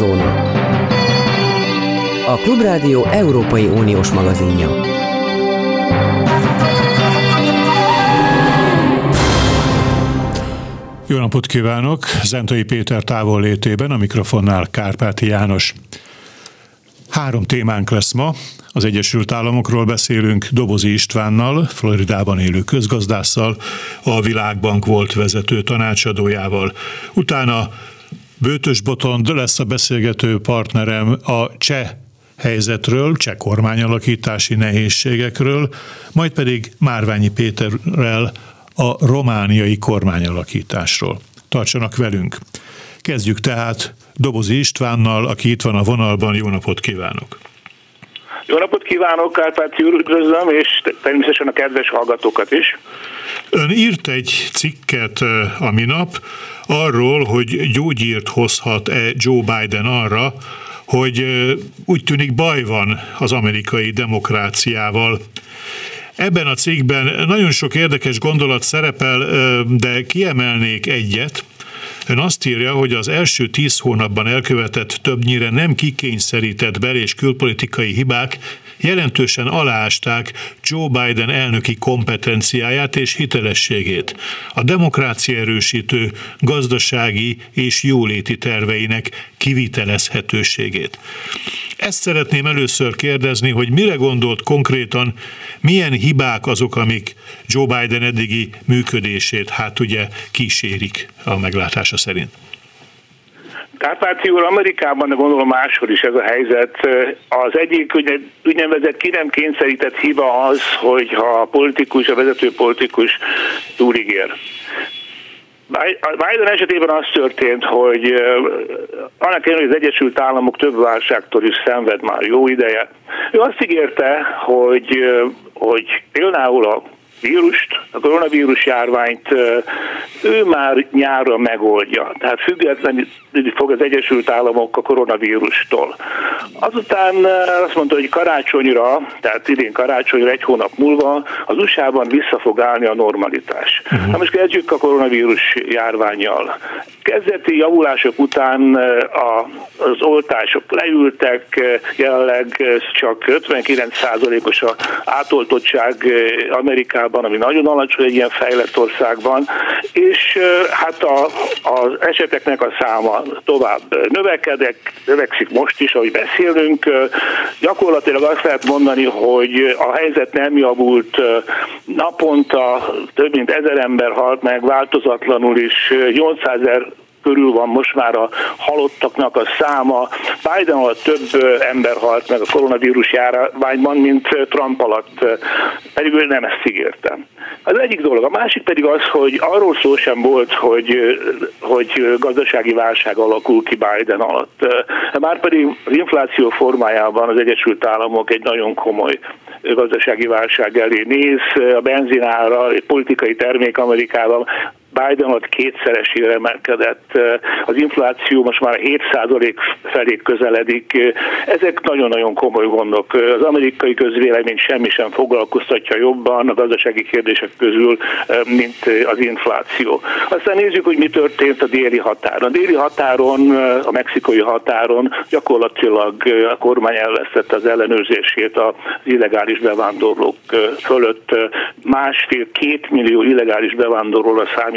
Eurozóna. A Klubrádió Európai Uniós magazinja. Jó napot kívánok! Zentai Péter távollétében, a mikrofonnál Kárpáti János. 3 témánk lesz ma. Az Egyesült Államokról beszélünk Dobozi Istvánnal, Floridában élő közgazdásszal, a Világbank volt vezető tanácsadójával. Utána Bőtös Botond lesz a beszélgető partnerem a cseh helyzetről, cseh kormányalakítási nehézségekről, majd pedig Márványi Péterrel a romániai kormányalakításról. Tartsanak velünk! Kezdjük tehát Dobozi Istvánnal, aki itt van a vonalban. Jó napot kívánok! Jó napot kívánok, Kárpáti úr, üdvözlöm, és természetesen a kedves hallgatókat is. Ön írt egy cikket a minap arról, hogy gyógyírt hozhat-e Joe Biden arra, hogy úgy tűnik baj van az amerikai demokráciával. Ebben a cikkben nagyon sok érdekes gondolat szerepel, de kiemelnék egyet. Ön azt írja, hogy az első 10 hónapban elkövetett többnyire nem kikényszerített bel- és külpolitikai hibák jelentősen aláásták Joe Biden elnöki kompetenciáját és hitelességét, a demokrácia erősítő gazdasági és jóléti terveinek kivitelezhetőségét. Ezt szeretném először kérdezni, hogy mire gondolt konkrétan, milyen hibák azok, amik Joe Biden eddigi működését ugye kísérik a meglátása szerint? Kárpáti úr, Amerikában, de gondolom máshol is ez a helyzet. Az egyik úgynevezett ki nem kényszerített hiba az, hogyha a vezető politikus túligér. Biden esetében az történt, hogy annak ellenére, hogy az Egyesült Államok több válságtól is szenved már jó ideje. Ő azt ígérte, hogy például a koronavírus járványt ő már nyárra megoldja. Tehát függetlenül fog az Egyesült Államok a koronavírustól. Azután azt mondta, hogy karácsonyra, tehát idén karácsonyra 1 hónap múlva az USA-ban vissza fog állni a normalitás. Na most kezdjük a koronavírus járvánnyal. Kezdeti javulások után az oltások leültek, jelenleg csak 59%-os az átoltottság Amerikában, ami nagyon alacsony egy ilyen fejlett országban, és hát az eseteknek a száma tovább növekszik most is, ahogy beszélünk. Gyakorlatilag azt lehet mondani, hogy a helyzet nem javult, naponta több mint 1000 ember halt meg, változatlanul is 800 000 körül van most már a halottaknak a száma. Biden alatt több ember halt meg a koronavírus járványban, mint Trump alatt, pedig ő nem ezt ígérte. Az egyik dolog. A másik pedig az, hogy arról szó sem volt, hogy gazdasági válság alakul ki Biden alatt. Márpedig az infláció formájában az Egyesült Államok egy nagyon komoly gazdasági válság elé néz. A benzinára, egy politikai termék Amerikában Biden alatt 2-szeresére emelkedett, az infláció most már 7% felé közeledik. Ezek nagyon-nagyon komoly gondok. Az amerikai közvélemény semmi sem foglalkoztatja jobban a gazdasági kérdések közül, mint az infláció. Aztán nézzük, hogy mi történt a déli határon. A déli határon, a mexikói határon gyakorlatilag a kormány elvesztette az ellenőrzését az illegális bevándorlók fölött. 1,5-2 millió illegális bevándorlóra számítanak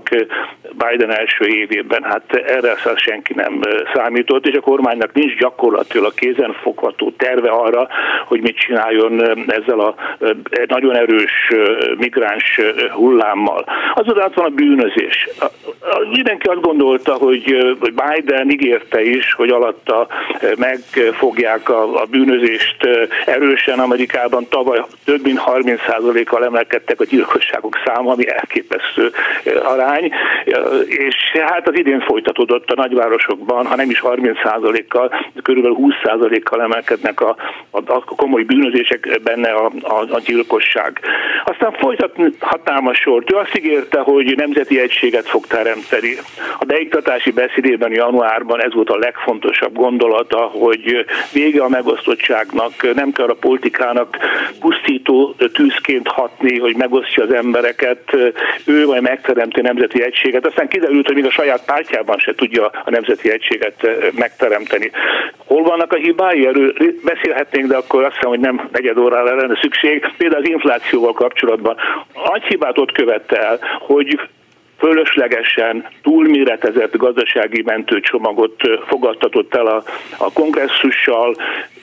Biden első évében. Hát erre senki nem számított, és a kormánynak nincs gyakorlatilag kézenfogható terve arra, hogy mit csináljon ezzel a nagyon erős migráns hullámmal. Azután van a bűnözés. Mindenki azt gondolta, hogy Biden ígérte is, hogy alatta megfogják a bűnözést erősen. Amerikában tavaly több mint 30%-kal emelkedtek a gyilkosságok száma, ami elképesztő arány, és hát az idén folytatódott a nagyvárosokban, ha nem is 30%-kal, körülbelül 20%-kal emelkednek a komoly bűnözések, benne a gyilkosság. Aztán folytathatnám sort. Ő azt ígérte, hogy nemzeti egységet fog teremteni. A beiktatási beszédében januárban ez volt a legfontosabb gondolata, hogy vége a megosztottságnak, nem kell a politikának pusztító tűzként hatni, hogy megosztja az embereket, ő majd megteremti megteremti a nemzeti egységet. Aztán kiderült, hogy még a saját pártjában se tudja a nemzeti egységet megteremteni. Hol vannak a hibái? Erről beszélhetnénk, de akkor azt hiszem, hogy nem negyed órára lenne szükség. Például az inflációval kapcsolatban. Nagy hibát ott követte el, hogy fölöslegesen túlméretezett gazdasági mentőcsomagot fogadtatott el a kongresszussal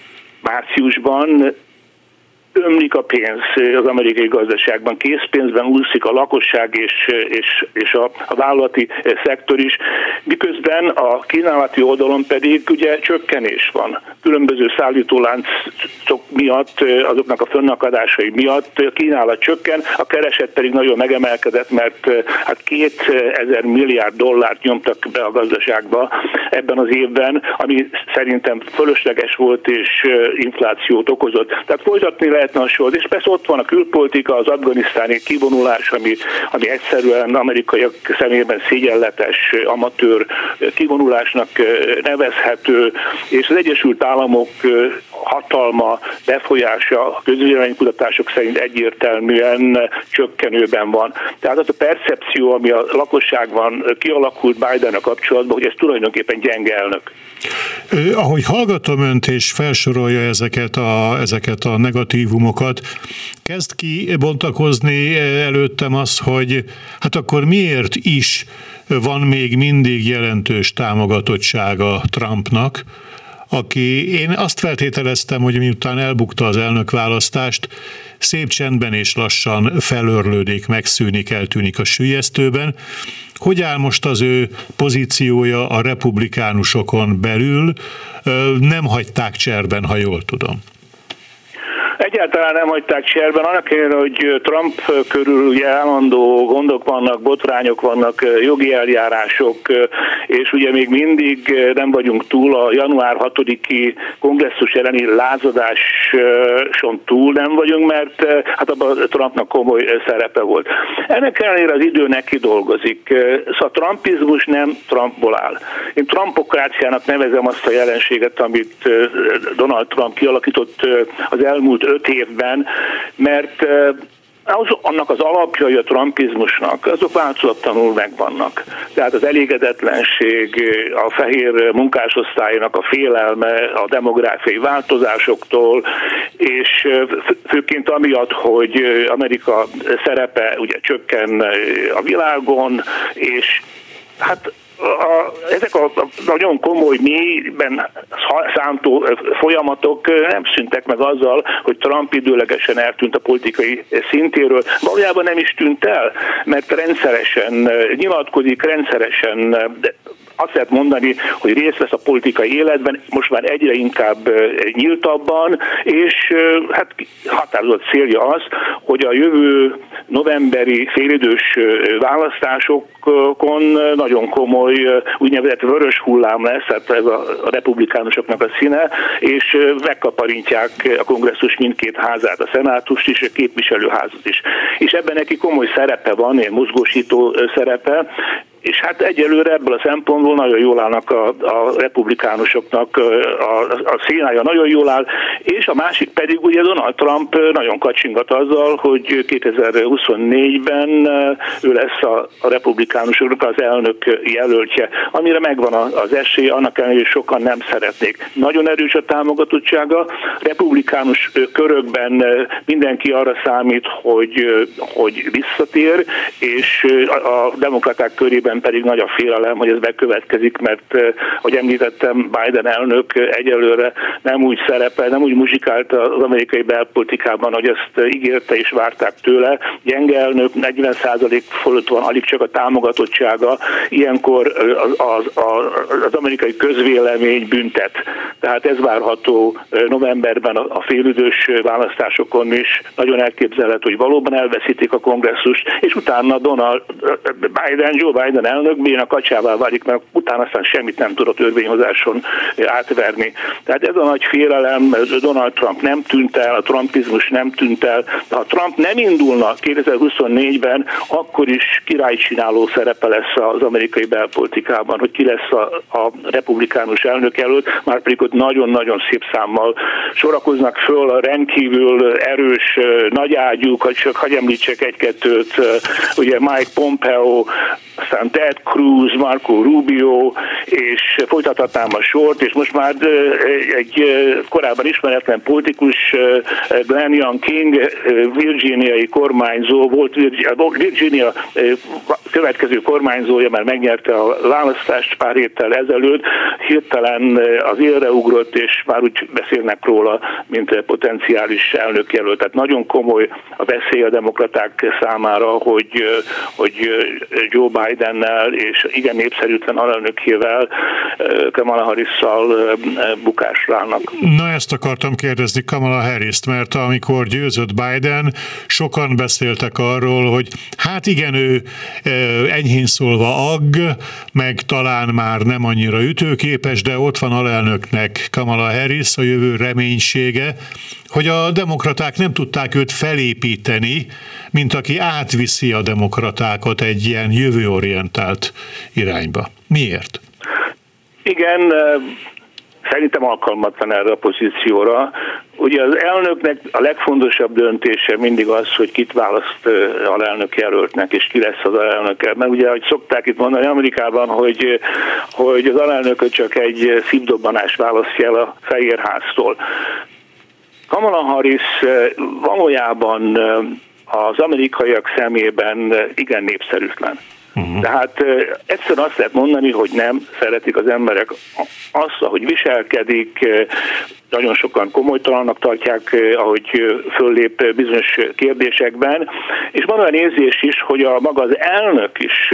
márciusban. Ömlik a pénz az amerikai gazdaságban, készpénzben úszik a lakosság és a vállalati szektor is, miközben a kínálati oldalon pedig ugye csökkenés van. Különböző szállítóláncok miatt, azoknak a fönnakadásai miatt a kínálat csökken, a kereset pedig nagyon megemelkedett, mert hát 2000 milliárd dollárt nyomtak be a gazdaságba ebben az évben, ami szerintem fölösleges volt és inflációt okozott. Tehát folytatni lehetne a sort, és persze ott van a külpolitika, az afganisztáni kivonulás, ami egyszerűen amerikaiak szemében szégyenletes, amatőr kivonulásnak nevezhető, és az Egyesült Államok hatalma, befolyása a közvéleménykutatások szerint egyértelműen csökkenőben van. Tehát az a percepció, ami a lakosságban kialakult Bidennel kapcsolatban, hogy ez tulajdonképpen gyenge elnök. Ahogy hallgatom önt és felsorolja ezeket a negatívumokat, kezd kibontakozni előttem az, hogy hát akkor miért is van még mindig jelentős támogatottsága Trumpnak, aki, én azt feltételeztem, hogy miután elbukta az elnökválasztást, szép csendben és lassan felörlődik, megszűnik, eltűnik a süllyesztőben. Hogy áll most az ő pozíciója a republikánusokon belül? Nem hagyták cserben, ha jól tudom. Egyáltalán nem hagyták cserben, annak ellenére, hogy Trump körül ugye állandó gondok vannak, botrányok vannak, jogi eljárások, és ugye még mindig nem vagyunk túl a január 6-i kongresszus elleni lázadáson túl nem vagyunk, mert hát abban Trumpnak komoly szerepe volt. Ennek ellenére az idő neki dolgozik. Szóval a trumpizmus nem Trumpból áll. Én trumpokráciának nevezem azt a jelenséget, amit Donald Trump kialakított az elmúlt 5 évben, mert annak az alapjai a trumpizmusnak, azok változatlanul megvannak. Tehát az elégedetlenség, a fehér munkásosztálynak a félelme a demográfiai változásoktól, és főként amiatt, hogy Amerika szerepe ugye csökken a világon, és hát ezek a nagyon komoly, mélyben szántó folyamatok nem szűntek meg azzal, hogy Trump időlegesen eltűnt a politikai szintéről. Valójában nem is tűnt el, mert rendszeresen nyilatkozik, rendszeresen azt lehet mondani, hogy részt vesz a politikai életben, most már egyre inkább nyíltabban, és hát határozott célja az, hogy a jövő novemberi félidős választásokon nagyon komoly úgynevezett vörös hullám lesz, hát ez a republikánusoknak a színe, és megkaparintják a kongresszus mindkét házát, a szenátust is, a képviselőházat is. És ebben neki komoly szerepe van, ilyen mozgósító szerepe, és hát egyelőre ebből a szempontból nagyon jól állnak a republikánusoknak, a színája nagyon jól áll, és a másik pedig ugye Donald Trump nagyon kacsingat azzal, hogy 2024-ben ő lesz a republikánusoknak az elnök jelöltje, amire megvan az esély, annak ellenére, hogy sokan nem szeretnék. Nagyon erős a támogatottsága, republikánus körökben mindenki arra számít, hogy visszatér, és a demokraták körében pedig nagy a félelem, hogy ez bekövetkezik, mert, ahogy említettem, Biden elnök egyelőre nem úgy szerepel, nem úgy muzsikált az amerikai belpolitikában, hogy ezt ígérte és várták tőle. Gyenge elnök, 40% fölött van alig csak a támogatottsága, ilyenkor az amerikai közvélemény büntet. Tehát ez várható novemberben a félidős választásokon is. Nagyon elképzelhető, hogy valóban elveszítik a kongresszust, és utána Joe Biden minden elnök béna kacsává válik, mert utána aztán semmit nem tud a törvényhozáson átverni. Tehát ez a nagy félelem, Donald Trump nem tűnt el, a trumpizmus nem tűnt el, de ha Trump nem indulna 2024-ben, akkor is királycsináló szerepe lesz az amerikai belpolitikában, hogy ki lesz a republikánus elnökjelölt, már pedig ott nagyon-nagyon szép számmal sorakoznak föl a rendkívül erős nagyágyúk, csak hagyj említsek egy-kettőt, ugye Mike Pompeo, aztán Ted Cruz, Marco Rubio, és folytathatnám a sort, és most már egy korábban ismeretlen politikus, Glenn Young King, virginiai kormányzó, volt Virginia következő kormányzója, mert megnyerte a választást pár héttel ezelőtt, hirtelen az élre ugrott, és már úgy beszélnek róla, mint potenciális elnökjelölt. Tehát nagyon komoly a veszély a demokraták számára, hogy Joe Bidennel és igen népszerűtlen alelnökével, Kamala Harrisszal bukásra állnak. Na, ezt akartam kérdezni Kamala Harrist, mert amikor győzött Biden, sokan beszéltek arról, hogy hát igen, ő enyhén szólva agg, meg talán már nem annyira ütőképes, de ott van alelnöknek Kamala Harris, a jövő reménysége, hogy a demokraták nem tudták őt felépíteni, mint aki átviszi a demokratákat egy ilyen jövőorientált irányba. Miért? Igen, szerintem alkalmatlan erre a pozícióra. Ugye az elnöknek a legfontosabb döntése mindig az, hogy kit választ alelnök jelöltnek, és ki lesz az alelnöke. Mert ugye, ahogy szokták itt mondani Amerikában, hogy az alelnököt csak egy szívdobbanás választja el a Fehérháztól. Kamala Harris valójában az amerikaiak szemében igen népszerűtlen. Tehát egyszerűen azt lehet mondani, hogy nem szeretik az emberek azt, ahogy viselkedik, nagyon sokan komolytalannak tartják, ahogy föllép bizonyos kérdésekben, és van olyan érzés is, hogy maga az elnök is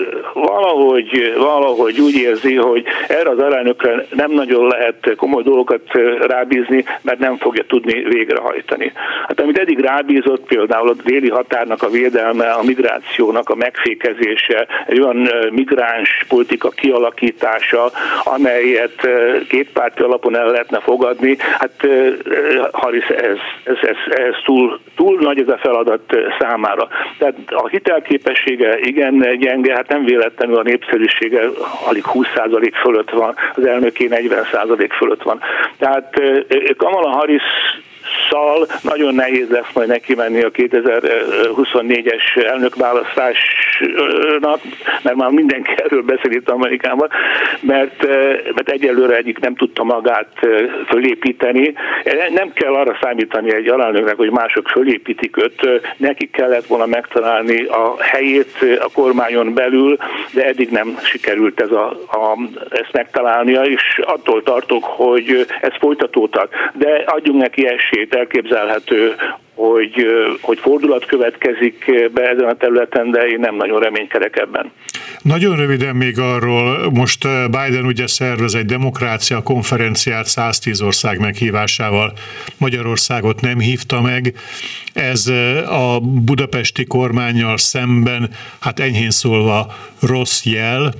valahogy úgy érzi, hogy erre az alelnökre nem nagyon lehet komoly dolgokat rábízni, mert nem fogja tudni végrehajtani. Hát amit eddig rábízott, például a déli határnak a védelme, a migrációnak a megfékezése, egy olyan migráns politika kialakítása, amelyet kétpárti alapon el lehetne fogadni. Hát Harris ez túl nagy ez a feladat számára. Tehát a hitelképessége igen gyenge, hát nem véletlenül a népszerűsége alig 20% fölött van, az elnöké 40% fölött van. Tehát Kamala Harris nagyon nehéz lesz majd neki menni a 2024-es elnökválasztásnak, mert már mindenki erről beszél itt Amerikában, mert egyelőre egyik nem tudta magát fölépíteni. Nem kell arra számítani egy alelnöknek, hogy mások fölépítik őt, neki kellett volna megtalálni a helyét a kormányon belül, de eddig nem sikerült ezt megtalálnia, és attól tartok, hogy ez folytatódhat. De adjunk neki esélyt, elképzelhető, hogy fordulat következik be ezen a területen, de én nem nagyon reménykedek ebben. Nagyon röviden még arról, most Biden ugye szervez egy demokrácia konferenciát 110 ország meghívásával, Magyarországot nem hívta meg. Ez a budapesti kormánnyal szemben, hát enyhén szólva rossz jel,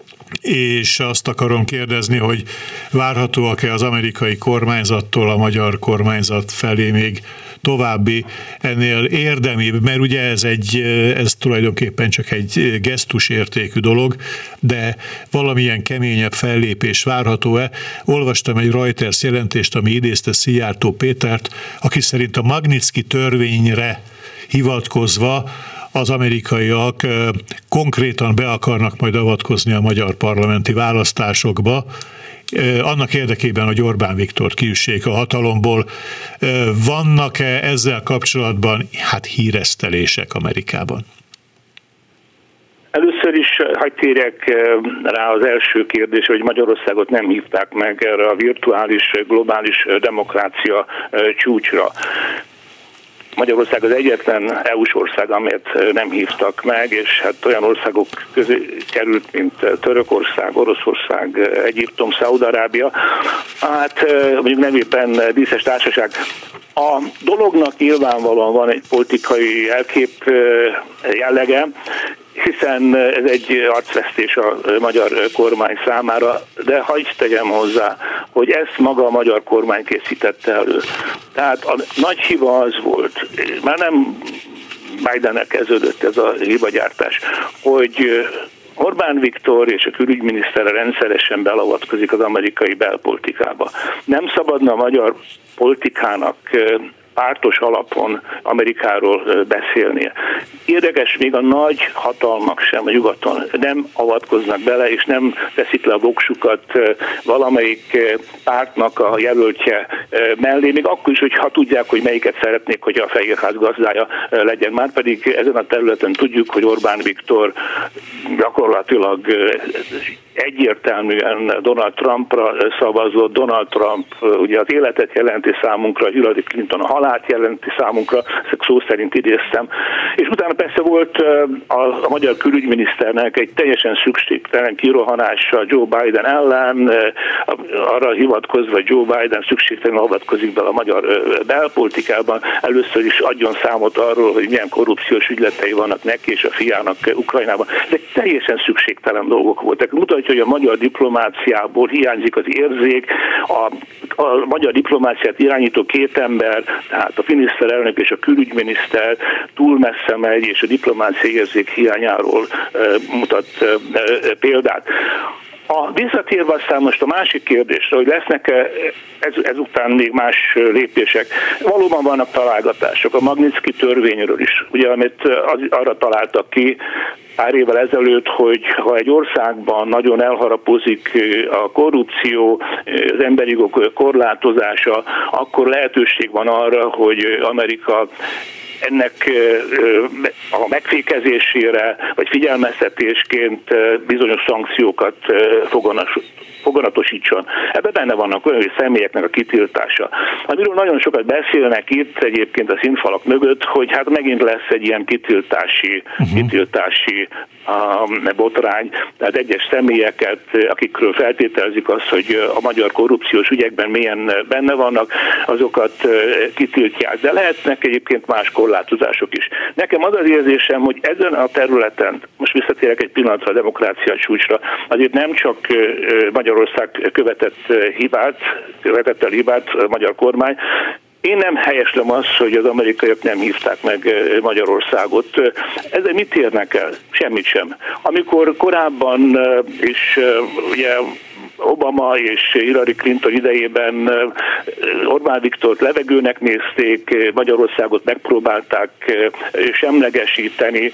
és azt akarom kérdezni, hogy várhatóak-e az amerikai kormányzattól a magyar kormányzat felé még további, ennél érdemibb, mert ugye ez tulajdonképpen csak egy gesztusértékű dolog, de valamilyen keményebb fellépés várható-e? Olvastam egy Reuters jelentést, ami idézte Szijjártó Pétert, aki szerint a Magnitsky törvényre hivatkozva az amerikaiak konkrétan be akarnak majd avatkozni a magyar parlamenti választásokba, annak érdekében, hogy Orbán Viktort kiüssék a hatalomból. Vannak-e ezzel kapcsolatban híresztelések Amerikában? Először is hadd térjek rá az első kérdés, hogy Magyarországot nem hívták meg erre a virtuális, globális demokrácia csúcsra. Magyarország az egyetlen EU-s ország, amelyet nem hívtak meg, és hát olyan országok közé került, mint Törökország, Oroszország, Egyiptom, Szaúd-Arábia. Hát mondjuk nem éppen díszes társaság. A dolognak nyilvánvalóan van egy politikai elkép jellege, hiszen ez egy arcvesztés a magyar kormány számára, de hadd tegyem hozzá, hogy ezt maga a magyar kormány készítette elő. Tehát a nagy hiba az volt, már nem Bidennel kezdődött ez a hibagyártás, hogy Orbán Viktor és a külügyminiszter rendszeresen belavatkozik az amerikai belpolitikába. Nem szabadna a magyar politikának pártos alapon Amerikáról beszélnie. Érdekes, még a nagy hatalmak sem a nyugaton nem avatkoznak bele, és nem teszik le a voksukat valamelyik pártnak a jelöltje mellé, még akkor is, hogyha tudják, hogy melyiket szeretnék, hogy a Fehérház gazdája legyen. Márpedig ezen a területen tudjuk, hogy Orbán Viktor gyakorlatilag egyértelműen Donald Trumpra szavazott. Donald Trump ugye az életet jelenti számunkra, Hillary Clinton a halált jelenti számunkra, ezt szó szerint idéztem. És utána persze volt a magyar külügyminiszternek egy teljesen szükségtelen kirohanása Joe Biden ellen, arra hivatkozva, hogy Joe Biden szükségtelenül avatkozik bele a magyar belpolitikában. Először is adjon számot arról, hogy milyen korrupciós ügyletei vannak neki és a fiának Ukrajnában. De teljesen szükségtelen dolgok voltak. Mutatja, hogy a magyar diplomáciából hiányzik az érzék, a magyar diplomáciát irányító két ember, tehát a miniszterelnök és a külügyminiszter túl messze megy, és a diplomáciai érzék hiányáról mutat példát. Visszatérve aztán most a másik kérdésre, hogy lesznek ezután még más lépések. Valóban vannak találgatások a Magnitsky törvényről is, ugye, amit arra találtak ki pár évvel ezelőtt, hogy ha egy országban nagyon elharapozik a korrupció, az emberi jogok korlátozása, akkor lehetőség van arra, hogy Amerika ennek a megfékezésére, vagy figyelmeztetésként bizonyos szankciókat foganatosítson. Ebben benne vannak olyan személyeknek a kitiltása. Amiről nagyon sokat beszélnek itt egyébként a színfalak mögött, hogy hát megint lesz egy ilyen kitiltási botrány, tehát egyes személyeket, akikről feltételezik azt, hogy a magyar korrupciós ügyekben milyen benne vannak, azokat kitiltják. De lehetnek egyébként más korlátozások is. Nekem az az érzésem, hogy ezen a területen, most visszatérek egy pillanatra a demokrácia csúcsra, azért nem csak Magyarország követett el hibát a magyar kormány. Én nem helyeslem azt, hogy az amerikaiak nem hívták meg Magyarországot. Ezzel mit érnek el? Semmit sem. Amikor korábban is ugye Obama és Hillary Clinton idejében Orbán Viktort levegőnek nézték, Magyarországot megpróbálták semlegesíteni,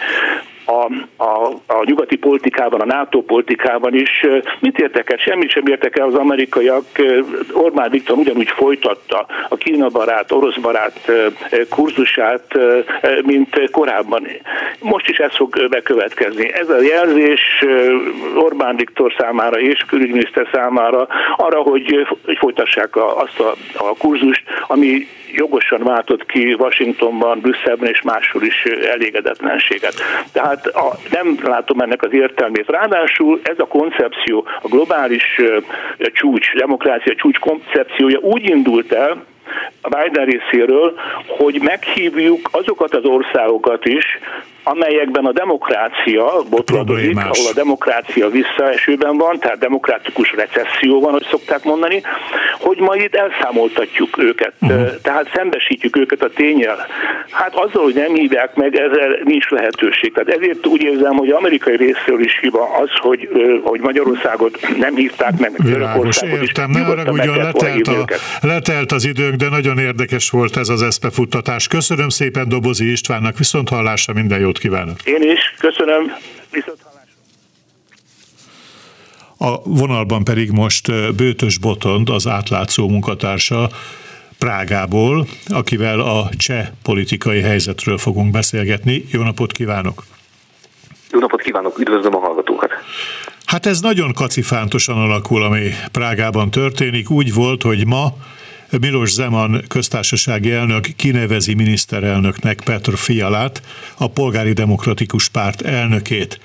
a nyugati politikában, a NATO politikában is. Mit értek el? Semmit sem értek el az amerikaiak. Orbán Viktor ugyanúgy folytatta a Kína barát, orosz barát kurzusát, mint korábban. Most is ez fog bekövetkezni. Ez a jelzés Orbán Viktor számára és külügyminiszter számára arra, hogy folytassák azt a kurzust, ami jogosan váltott ki Washingtonban, Brüsszelben és máshol is elégedetlenséget. Tehát nem látom ennek az értelmét. Ráadásul ez a koncepció, a globális csúcs, demokrácia csúcs koncepciója úgy indult el a Biden részéről, hogy meghívjuk azokat az országokat is, amelyekben a demokrácia botladozik, ahol a demokrácia visszaesőben van, tehát demokratikus recesszió van, hogy szokták mondani, hogy majd itt elszámoltatjuk őket, tehát szembesítjük őket a ténnyel. Hát azzal, hogy nem hívják meg, ezzel nincs lehetőség. Tehát ezért úgy érzem, hogy amerikai részről is hiba az, hogy Magyarországot nem hívták meg. Világos, értem, ne haragudjon, letelt az időnk, de nagyon érdekes volt ez az eszmefuttatás. Köszönöm szépen Dobozi Istvánnak, viszonthallásra, minden jót kívánok! Én is, köszönöm, viszonthallásra! A vonalban pedig most Bőtös Botond, az Átlátszó munkatársa Prágából, akivel a cseh politikai helyzetről fogunk beszélgetni. Jó napot kívánok! Jó napot kívánok, üdvözlöm a hallgatókat! Hát ez nagyon kacifántosan alakul, ami Prágában történik. Úgy volt, hogy ma Miloš Zeman köztársasági elnök kinevezi miniszterelnöknek Petr Fialát, a Polgári Demokratikus Párt elnökét.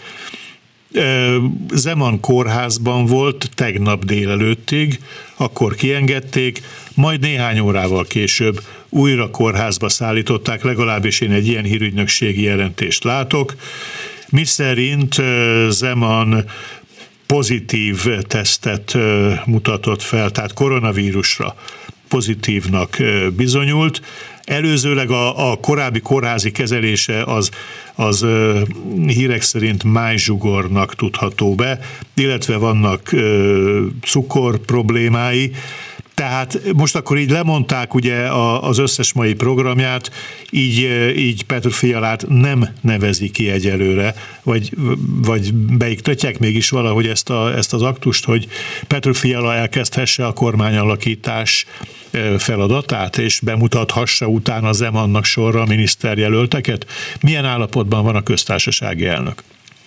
Zeman kórházban volt tegnap délelőttig, akkor kiengedték, majd néhány órával később újra kórházba szállították, legalábbis én egy ilyen hírügynökségi jelentést látok. miszerint Zeman pozitív tesztet mutatott fel, tehát koronavírusra pozitívnak bizonyult. Előzőleg a korábbi kórházi kezelése az hírek szerint májzsugornak tudható be, illetve vannak cukor problémái. Tehát most akkor így lemondták ugye az összes mai programját, így Petr Fialát nem nevezi ki egyelőre, vagy beiktatják mégis valahogy ezt az aktust, hogy Petr Fiala elkezdhesse a kormányalakítás feladatát, és bemutathassa utána Zemannak sorra a miniszterjelölteket? Milyen állapotban van a köztársasági elnök?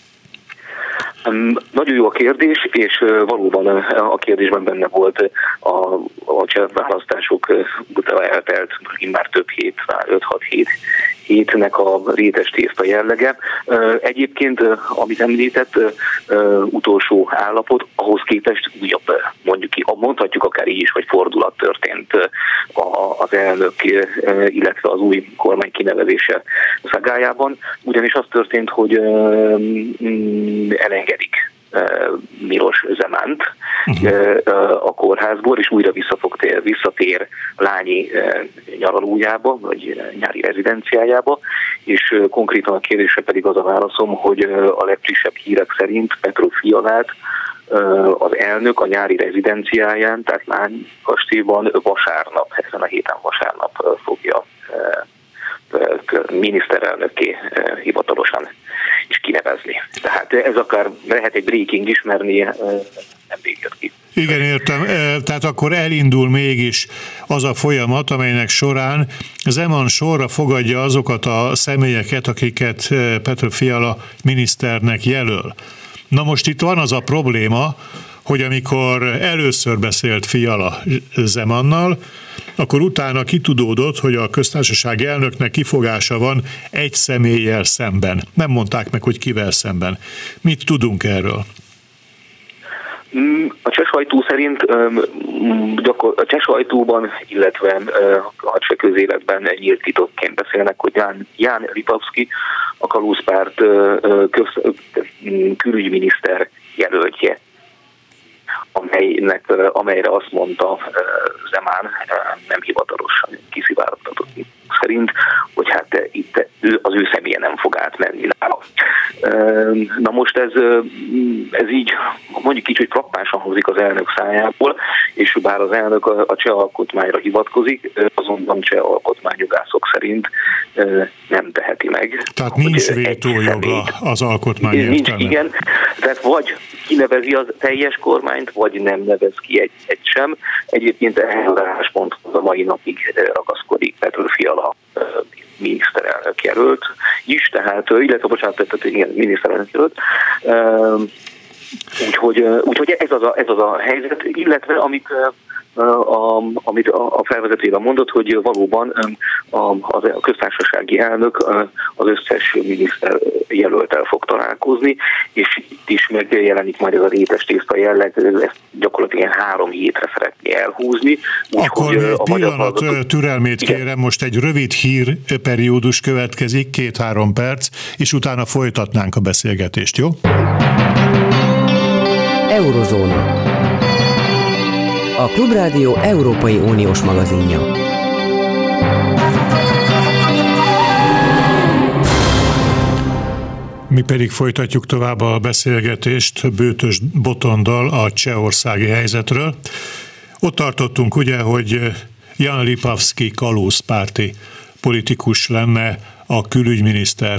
Nagyon jó a kérdés, és valóban a kérdésben benne volt a cseh választások eltelt már több hét, már 5-6 hétnek a rétes tészta jellege. Egyébként, amit említett, utolsó állapot, ahhoz képest újabb, mondhatjuk akár így is, hogy fordulat történt az elnök, illetve az új kormány kinevezése szagájában, ugyanis az történt, hogy elengedik Miloš Zemant a kórházból, és újra visszatér Lányi nyaralójába, vagy nyári rezidenciájába, és konkrétan a kérdésre pedig az a válaszom, hogy a legfrissebb hírek szerint Petr Fialát az elnök a nyári rezidenciáján, tehát Lányi kastélyban ezen a héten vasárnap fogja miniszterelnökké hivatalosan is kinevezni. Tehát ez akár lehet egy breaking is, mert nem végez ki. Igen, értem. Tehát akkor elindul mégis az a folyamat, amelynek során Zeman sorra fogadja azokat a személyeket, akiket Petr Fiala miniszternek jelöl. Na most itt van az a probléma, hogy amikor először beszélt Fiala Zemannal, akkor utána kitudódott, hogy a köztársasági elnöknek kifogása van egy személlyel szemben. Nem mondták meg, hogy kivel szemben. Mit tudunk erről? A cseh sajtó szerint a cseh sajtóban, illetve a cseh közéletben nyílt titokként beszélnek, hogy Jan Lipavsky, a kalózpárt külügyminiszter jelöltje, amelyre azt mondta Zeman, nem hivatalosan kiszivárogtatott szerint, hogy hát itt az ő személye nem fog átmenni nála. Na most ez így mondjuk így, hogy frappánsan hangzik az elnök szájából, és bár az elnök a cseh alkotmányra hivatkozik, azonban cseh alkotmányjogászok szerint nem teheti meg. Tehát nincs vétójoga az alkotmány értelmében. Igen, tehát vagy kinevezi az teljes kormányt, vagy nem nevez ki egy sem. Egyébként ehhez az állásponthoz a mai napig ragaszkodik Petr Fiala miniszterelnök jelölt is, tehát, miniszterelnök jelölt. Úgyhogy ez az a helyzet, illetve amit a felvezetőben mondott, hogy valóban a köztársasági elnök az összes miniszter jelölttel fog találkozni, és itt is megjelenik majd ez a rétes tészta jelleg, ezt gyakorlatilag 3 hétre szeretné elhúzni. Akkor egy pillanat türelmét kérem, most egy rövid hírperiódus következik, 2-3 perc, és utána folytatnánk a beszélgetést, jó? Eurozóna. A Klubrádió Európai Uniós magazinja. Mi pedig folytatjuk tovább a beszélgetést Bőtös Botondal a csehországi helyzetről. Ott tartottunk ugye, hogy Jan Lipavsky kalózpárti politikus lenne a külügyminiszter.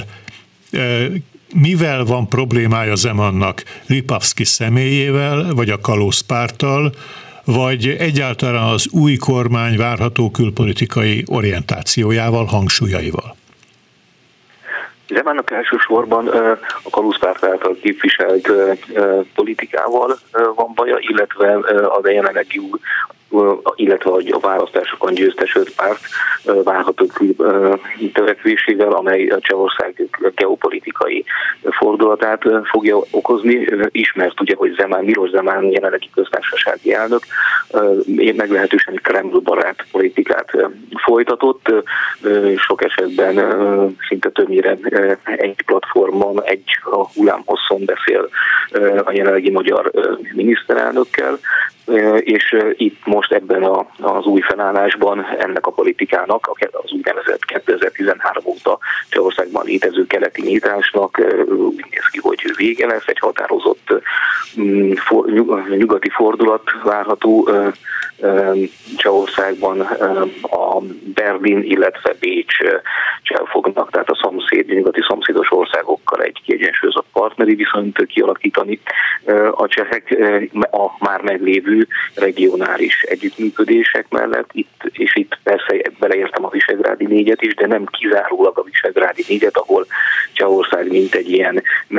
Mivel van problémája Zemannak? Lipavsky személyével, vagy a kalózpárttal, vagy egyáltalán az új kormány várható külpolitikai orientációjával, hangsúlyaival? Zemannak elsősorban a kalózpárt által képviselt politikával van baja, illetve az jelenlegi illetve a választásokon győztes 5 párt várható törekvésével, amely a Csehország geopolitikai fordulatát fogja okozni. Ismert ugye, hogy Miloš Zeman jelenlegi köztársasági elnök meglehetősen Kreml-barát politikát folytatott, sok esetben szinte többnyire egy platformon, egy hullámhosszon beszél a jelenlegi magyar miniszterelnökkel, és itt most ebben az új felállásban ennek a politikának, az úgynevezett 2013 óta Csehországban létező keleti nyitásnak úgy néz ki, hogy vége lesz, egy határozott nyugati fordulat várható Csehországban, a Berlin, illetve Bécs fognak, tehát a nyugati szomszédos országokkal egy kiegyensúlyozott partneri viszonyt kialakítani. A csehek a már meglévő regionális együttműködések mellett, itt persze beleértem a Visegrádi négyet is, de nem kizárólag a Visegrádi négyet, ahol Csehország mint egy ilyen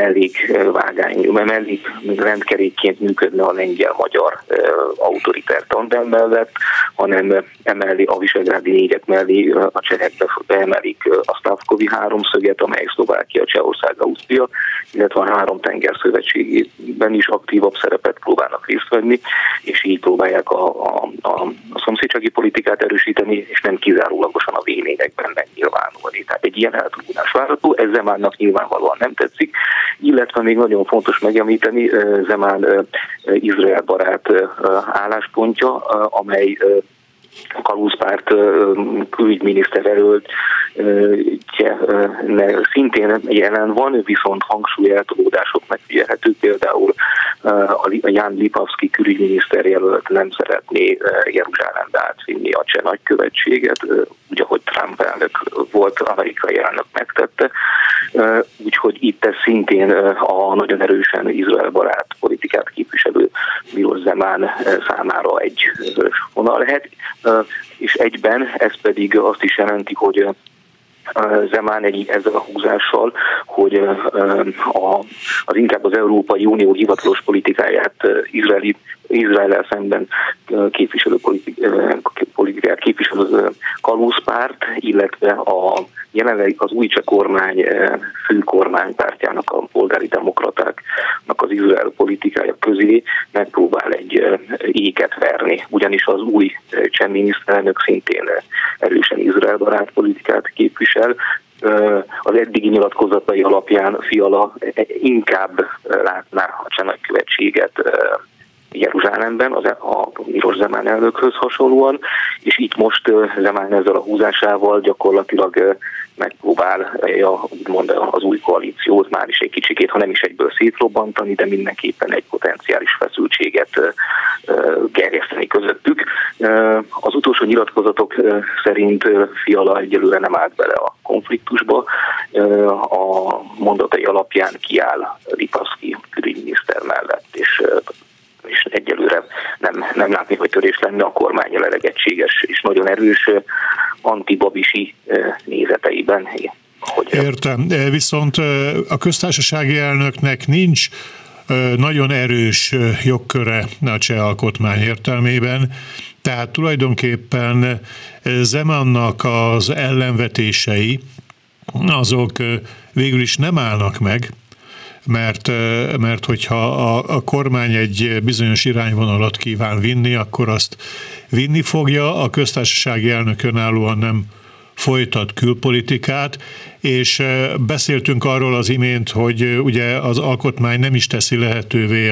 mellékrendkerékként működne a lengyel-magyar autoritár tandem mellett, hanem emellé a Visegrádi négyek mellé a csehek beemelik a Stavkovi háromszöget, amely Szlovákia, Csehország, Ausztria, illetve a 3 tenger szövetségében is aktívabb szerepet próbálnak részt venni, és így próbálják a szomszédsági politikát erősíteni, és nem kizárólagosan a vényekben megnyilvánulni. Tehát egy ilyen eltúlás várható, ez Zemánnak nyilvánvalóan nem tetszik, illetve még nagyon fontos megemlíteni Zeman Izrael barát álláspontja, amely a Kalusz párt külügyminiszter előtt szintén jelen van, viszont hangsúlyeltolódások megfigyelhetők, például a Jan Lipavsky külügyminiszter jelölt nem szeretné Jeruzsálembe átvinni a cseh nagykövetséget, úgy ahogy Trump elnök volt amerikai elnök megtette, úgyhogy itt ez szintén a nagyon erősen Izrael barát politikát képviselő Miloš Zeman számára egy vonal lehet, és egyben ez pedig azt is jelenti, hogy Zeman ezzel a húzással, hogy az inkább az Európai Unió hivatalos politikáját Izraellel szemben képviselő politikát képviselő Kalusz párt, illetve a jelenleg az új cseh kormány fő kormánypártjának, a polgári demokratáknak az Izrael politikája közé megpróbál egy éket verni, ugyanis az új cseh miniszterelnök szintén erősen Izrael barát politikát képvisel. Az eddigi nyilatkozatai alapján Fiala inkább látná a cseh nagykövetséget Jeruzsálemben, a Miloš Zeman elnökhöz hasonlóan, és itt most Zeman ezzel a húzásával gyakorlatilag megpróbálja úgymond az új koalíciót már is egy kicsikét, ha nem is egyből szétrobbantani, de mindenképpen egy potenciális feszültséget gerjeszteni közöttük. Az utolsó nyilatkozatok szerint Fiala egyelőre nem állt bele a konfliktusba, a mondatai alapján kiáll Lipavsky külügyminiszter mellett, és egyelőre nem látni, hogy törés lenne, a kormány jelenleg egységes és nagyon erős antibabisi nézeteiben. Értem, viszont a köztársasági elnöknek nincs nagyon erős jogköre a cseh alkotmány értelmében, tehát tulajdonképpen Zemannak az ellenvetései azok végül is nem állnak meg, mert hogyha a kormány egy bizonyos irányvonalat kíván vinni, akkor azt vinni fogja, a köztársasági elnök önállóan nem folytat külpolitikát, és beszéltünk arról az imént, hogy ugye az alkotmány nem is teszi lehetővé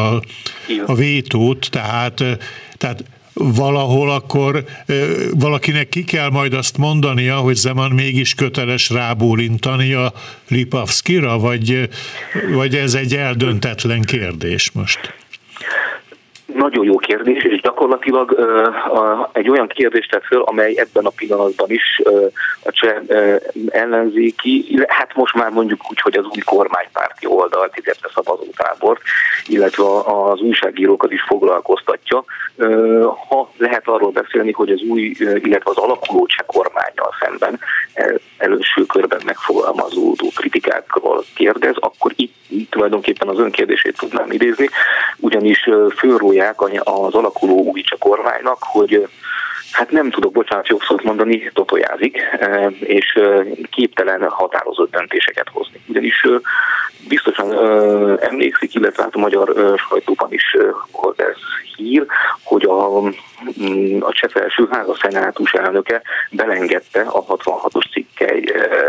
a vétót, tehát valahol akkor valakinek ki kell majd azt mondania, hogy Zeman mégis köteles rábólintani a Lipavskyra, vagy ez egy eldöntetlen kérdés most? Nagyon jó kérdés, és gyakorlatilag egy olyan kérdést tett föl, amely ebben a pillanatban is a cseh ellenzéki, hát most már mondjuk úgy, hogy az új kormánypárti oldalt, illetve szavazótábort, illetve az újságírókat is foglalkoztatja. Ha lehet arról beszélni, hogy az új, illetve az alakuló cseh kormánnyal szemben előső körben megfogalmazódó kritikákról kérdez, akkor itt tulajdonképpen az önkérdését tudnám idézni, ugyanis fölrólják az alakuló Újcsa kormánynak, hogy hát nem tudok, bocsánat, jobb szót mondani, totojázik, és képtelen határozott döntéseket hozni. Ugyanis biztosan emlékszik, illetve hát a magyar sajtóban is volt ez hír, hogy a cseh felsőház, a szenátus elnöke belengedte a 66-os cikkely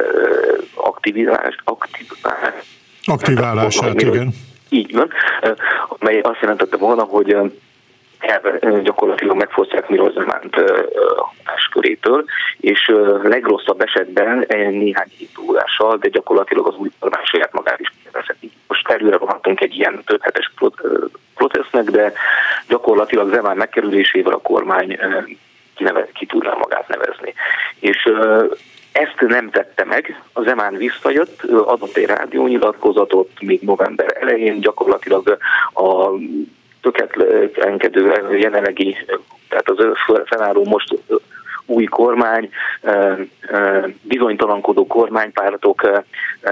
aktiválását, igen. Így van, mely azt jelentette volna, hogy gyakorlatilag megfosztják Miloš Zemánt hatáskörétől, és legrosszabb esetben néhány hídódással, de gyakorlatilag az új kormány saját magát is nevezheti. Most előre rohantunk egy ilyen több hetes protestnek, de gyakorlatilag Zemán megkerülésével a kormány ki tudná magát nevezni. És ezt nem tette meg, a Zemán visszajött, adott egy rádiónyilatkozatot még november elején, gyakorlatilag a tökéletlenkedő jelenlegi, tehát az felálló most új kormány, bizonytalankodó kormánypártok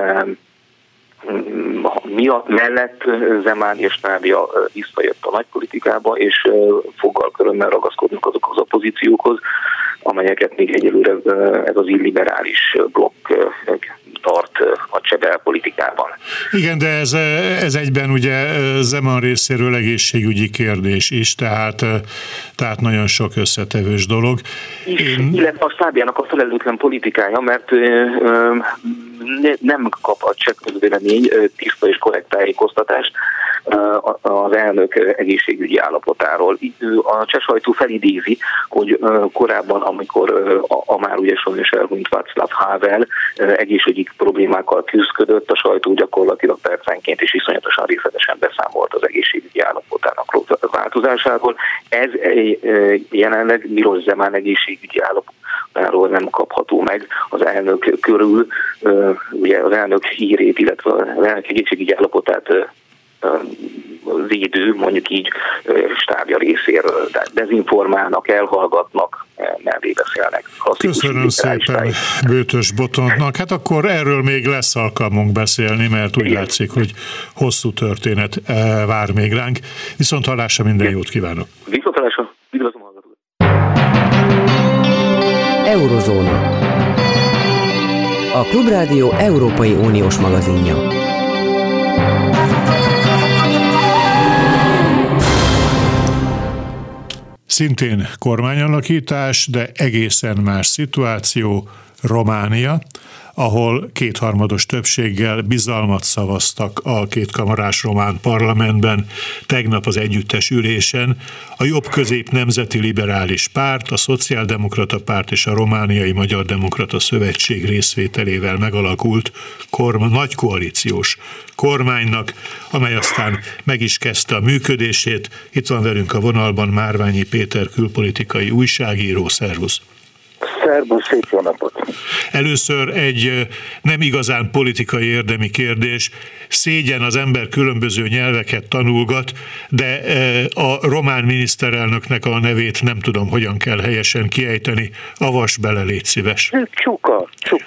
miatt mellett Zemán és Nádia visszajött a nagypolitikába, és foggal körömmel ragaszkodnak azokhoz a pozíciókhoz, amelyeket még egyelőre ez az illiberális blokk tart a cseh belpolitikában. Igen, de ez egyben ugye Zeman részéről egészségügyi kérdés is, tehát nagyon sok összetevős dolog. Illetve a Stábjának a felelőtlen politikája, mert nem kap a cseh közvélemény tiszta és korrekt tájékoztatást az elnök egészségügyi állapotáról. A cseh sajtó felidézi, hogy korábban, amikor a már ugye sajnos elhunyt Václav Havel egészségügyi problémákkal küzdött, a sajtó gyakorlatilag percenként és iszonyatosan részletesen beszámolt az egészségügyi állapotának változásáról. Ez jelenleg Miloš Zeman egészségügyi állapotáról nem kapható meg az elnök körül, ugye az elnök hírét, illetve az elnök egészségügyi állapotát védő, mondjuk így stábja részéről, de dezinformálnak, elhallgatnak, mellé beszélnek. Köszönöm szépen Bőtös Botondnak. Hát akkor erről még lesz alkalmunk beszélni, mert úgy látszik, hogy hosszú történet vár még ránk. Viszont hallásra, minden jót kívánok! Viszont hallásra, üdvözlöm a hallgatókat! Eurozóna. A Klubrádió Európai Uniós magazinja. Szintén kormányalakítás, de egészen más szituáció, Románia, ahol kétharmados többséggel bizalmat szavaztak a kétkamarás román parlamentben tegnap az együttes ülésen. A jobb-közép nemzeti liberális párt, a Szociáldemokrata Párt és a Romániai Magyar Demokrata Szövetség részvételével megalakult nagy koalíciós kormánynak, amely aztán meg is kezdte a működését. Itt van velünk a vonalban Márványi Péter külpolitikai újságíró. Szervusz! Szervusz, szép jó napot! Először egy nem igazán politikai érdemi kérdés. Szégyen, az ember különböző nyelveket tanulgat, de a román miniszterelnöknek a nevét nem tudom, hogyan kell helyesen kiejteni. Avass bele, légy szíves. Csuka.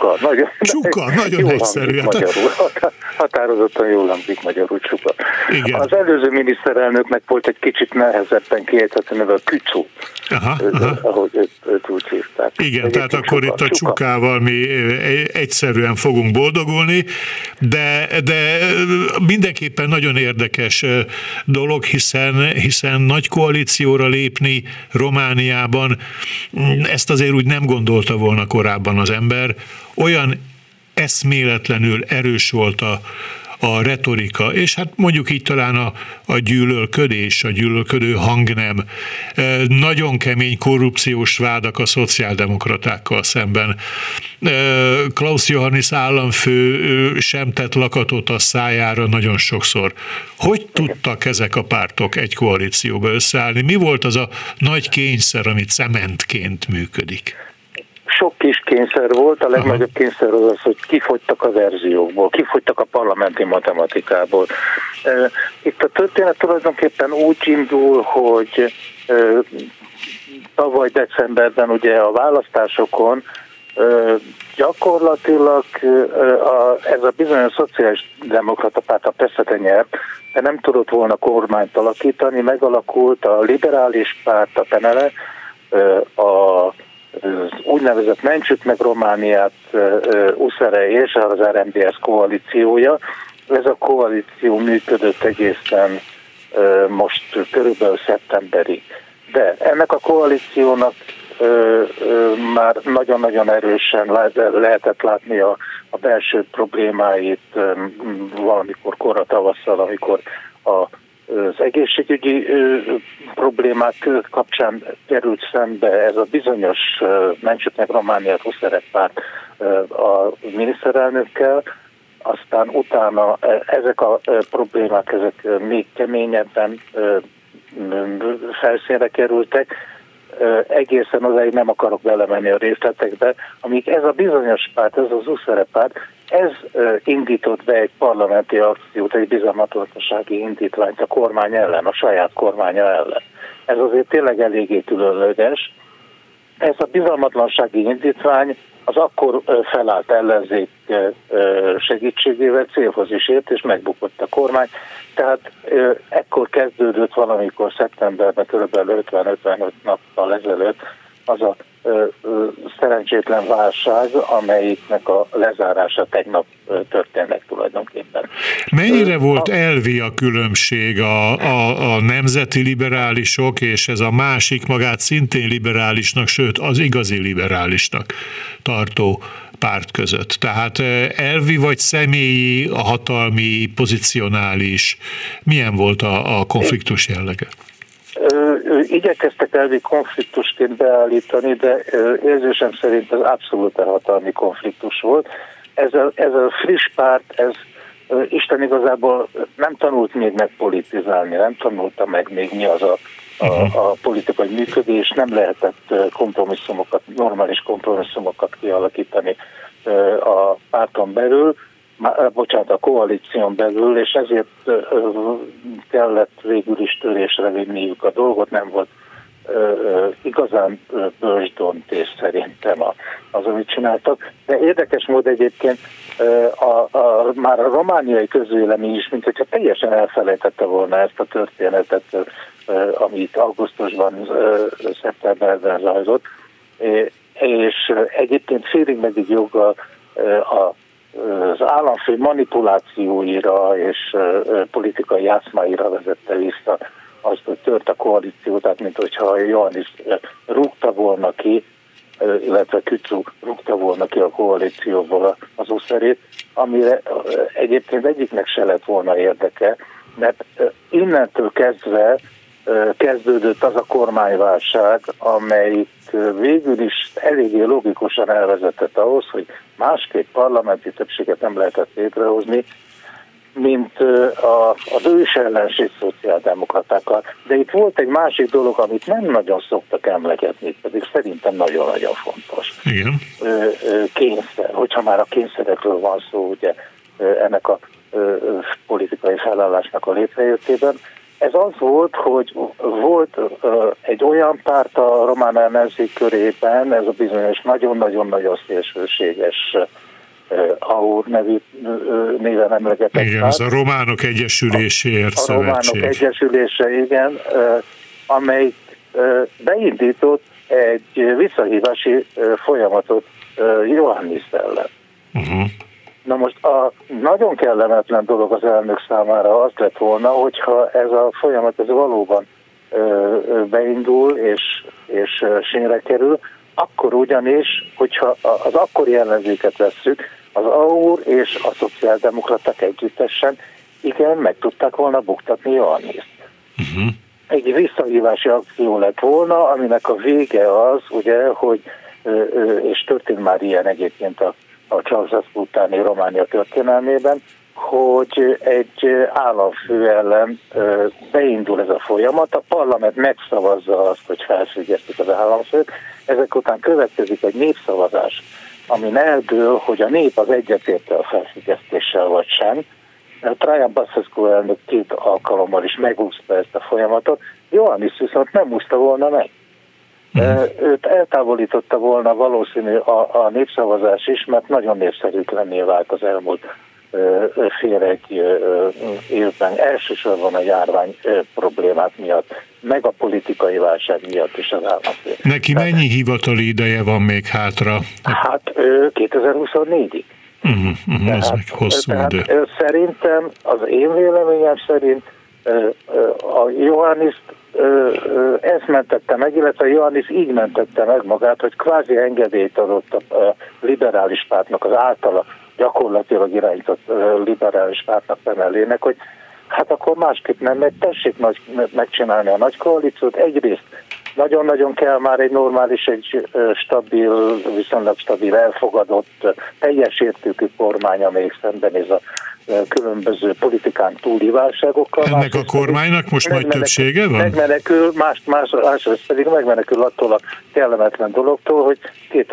Nagyon egyszerű. Határozottan jól hangzik magyarul, Csuka. Igen. Az előző miniszterelnöknek volt egy kicsit nehezebben kiejthető neve, a Kücu, ahogy őt úgy hívták. Igen, tehát akkor itt a Csukával mi egyszerűen fogunk boldogulni, de mindenképpen nagyon érdekes dolog, hiszen nagy koalícióra lépni Romániában, ezt azért úgy nem gondolta volna korábban az ember. Olyan eszméletlenül erős volt a retorika, és hát mondjuk így talán a gyűlölködés, a gyűlölködő hangnem, nagyon kemény korrupciós vádak a szociáldemokratákkal szemben. Klaus Johannis államfő sem tett lakatot a szájára nagyon sokszor. Hogy tudtak ezek a pártok egy koalícióba összeállni? Mi volt az a nagy kényszer, ami cementként működik? Sok kis kényszer volt, a legnagyobb kényszer az, hogy kifogytak a verziókból, kifogytak a parlamenti matematikából. Itt a történet tulajdonképpen úgy indul, hogy tavaly decemberben ugye a választásokon Gyakorlatilag ez a bizonyos szociális demokrata párt a PESZ-et nyert, de nem tudott volna kormányt alakítani, megalakult a liberális párt, a PENELE, az úgynevezett Mentsük meg Romániát USZR és az RMDSZ koalíciója. Ez a koalíció működött egészen most körülbelül szeptemberig. De ennek a koalíciónak már nagyon-nagyon erősen lehetett látni a belső problémáit valamikor korra tavasszal, amikor az egészségügyi problémák kapcsán került szembe ez a bizonyos Mentsük meg Romániát USZR párt a miniszterelnökkel, aztán utána ezek a problémák ezek még keményebben felszínre kerültek, egészen odáig nem akarok belemenni a részletekbe, amíg ez a bizonyos párt, ez az USZR párt, ez indított be egy parlamenti akciót, egy bizalmatlansági indítványt a kormány ellen, a saját kormánya ellen. Ez azért tényleg eléggé különleges. Ez a bizalmatlansági indítvány az akkor felállt ellenzék segítségével célhoz is ért, és megbukott a kormány. Tehát ekkor kezdődött valamikor szeptemberben, kb. 50-55 nappal ezelőtt az a szerencsétlen válság, amelyiknek a lezárása tegnap történnek tulajdonképpen. Mennyire volt elvi a különbség a nemzeti liberálisok és ez a másik magát szintén liberálisnak, sőt az igazi liberálisnak tartó párt között? Tehát elvi vagy személyi, a hatalmi, pozicionális, milyen volt a konfliktus jellege? Igyekeztek elvi konfliktusként beállítani, de érzésem szerint ez abszolút hatalmi konfliktus volt. Ez a friss párt, Isten igazából nem tanult még meg politizálni, nem tanulta meg még mi az a politikai működés, nem lehetett normális kompromisszumokat kialakítani a párton belül, a koalíción belül, és ezért kellett végül is törésre vinniük a dolgot, nem volt igazán bölcs döntés szerintem az, amit csináltak. De érdekes mód egyébként már a romániai közvélemény is, mint hogyha teljesen elfelejtette volna ezt a történetet, amit augusztusban, szeptemberben zajlott, és egyébként félig meddig joggal az államfő manipulációira és politikai játszmáira vezette vissza azt, hogy tört a koalíció, tehát mint hogyha Iohannis rúgta volna ki, illetve Kücú rúgta volna ki a koalícióból az USZR-ét, amire egyébként egyiknek se lett volna érdeke, mert innentől kezdve kezdődött az a kormányválság, amelyik végül is eléggé logikusan elvezetett ahhoz, hogy másképp parlamenti többséget nem lehetett létrehozni, mint az ős ellenség szociáldemokratákkal. De itt volt egy másik dolog, amit nem nagyon szoktak emlegetni, pedig szerintem nagyon-nagyon fontos. Igen. Kényszer. Hogyha már a kényszerekről van szó, ugye ennek a politikai felállásnak a létrejöttében, ez az volt, hogy volt egy olyan párt a román ellenzék körében, ez a bizonyos nagyon-nagyon-nagyon szélsőséges AUR néven emlegetett. Igen, ez a Románok Egyesüléséért Szövetség. A Románok Egyesülése, igen, amelyik beindított egy visszahívási folyamatot Iohannis ellen. Uh-huh. Na most a nagyon kellemetlen dolog az elnök számára az lett volna, hogyha ez a folyamat ez valóban beindul és sínre kerül, akkor ugyanis, hogyha az akkori ellenzéket vesszük, az AUR és a szociáldemokraták együttesen igen, meg tudták volna buktatni Iohannist. Uh-huh. Egy visszahívási akció lett volna, aminek a vége az, ugye, hogy, és történt már ilyen egyébként a Ceausescu utáni Románia történelmében, hogy egy államfő ellen beindul ez a folyamat, a parlament megszavazza azt, hogy felfüggesztik az államfőt, ezek után következik egy népszavazás, amin eldől, hogy a nép az egyetérte a felfüggesztéssel vagy sem. Traian Basescu elnök 2 alkalommal is megúszta ezt a folyamatot, Iohannis viszont nem úszta volna meg. Őt eltávolította volna valószínű a népszavazás is, mert nagyon népszerűtlenné vált az elmúlt fél egy évben, elsősorban a járvány problémák miatt, meg a politikai válság miatt is az államfő. Neki mennyi hivatali ideje van még hátra? Hát 2024-ig. Ez még hosszú idő. Szerintem, az én véleményem szerint a Iohannis ezt mentette meg, illetve Iohannis így mentette meg magát, hogy kvázi engedélyt adott a liberális pártnak, az általa gyakorlatilag irányított liberális pártnak Pemellének, hogy hát akkor másképp nem megy, tessék megcsinálni a nagy koalíciót. Egyrészt nagyon-nagyon kell már egy normális, egy stabil, viszonylag stabil, elfogadott, teljes értékű kormány, amelyik szembenéz a különböző politikán túli válságokkal. Ennek a kormánynnak most nagy többsége van? Megmenekül, másrészt pedig megmenekül attól a kellemetlen dologtól, hogy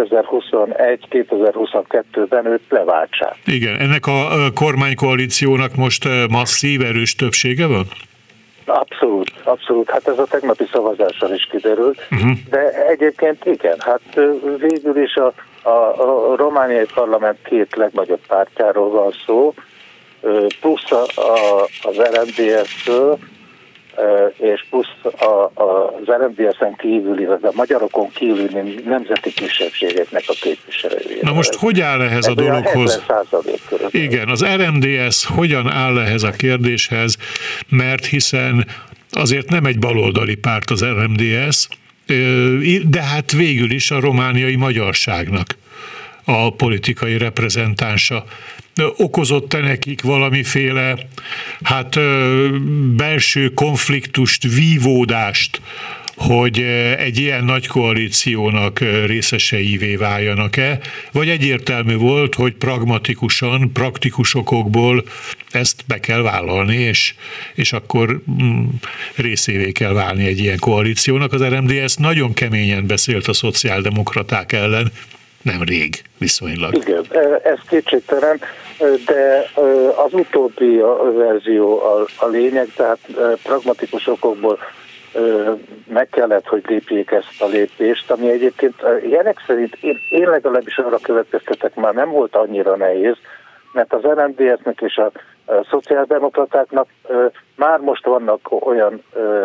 2021-2022-ben őt leváltsák. Igen, ennek a kormánykoalíciónak most masszív, erős többsége van? Abszolút. Hát ez a tegnapi szavazással is kiderült, de egyébként igen, hát végül is a romániai parlament két legnagyobb pártjáról van szó, plusz az RMDS-től, és plusz az RMDS-en kívüli, vagy a magyarokon kívüli nemzeti kisebbségeknek a képviselőjével. Na most hogy áll ehhez a dologhoz? Igen, az RMDS hogyan áll ehhez a kérdéshez, mert hiszen azért nem egy baloldali párt az RMDS, de hát végül is a romániai magyarságnak a politikai reprezentánsa. Okozott-e nekik valamiféle belső konfliktust, vívódást, hogy egy ilyen nagy koalíciónak részeseivé váljanak-e, vagy egyértelmű volt, hogy pragmatikusan, praktikus okokból ezt be kell vállalni, és akkor részévé kell válni egy ilyen koalíciónak. Az RMDS nagyon keményen beszélt a szociáldemokraták ellen, nem rég viszonylag. Igen, ez kétségtelen, de az utóbbi verzió a lényeg, tehát pragmatikus okokból meg kellett, hogy lépjék ezt a lépést, ami egyébként jelek szerint én legalábbis arra következtetek, már nem volt annyira nehéz, mert az RMDS-nek és a szociáldemokratáknak már most vannak olyan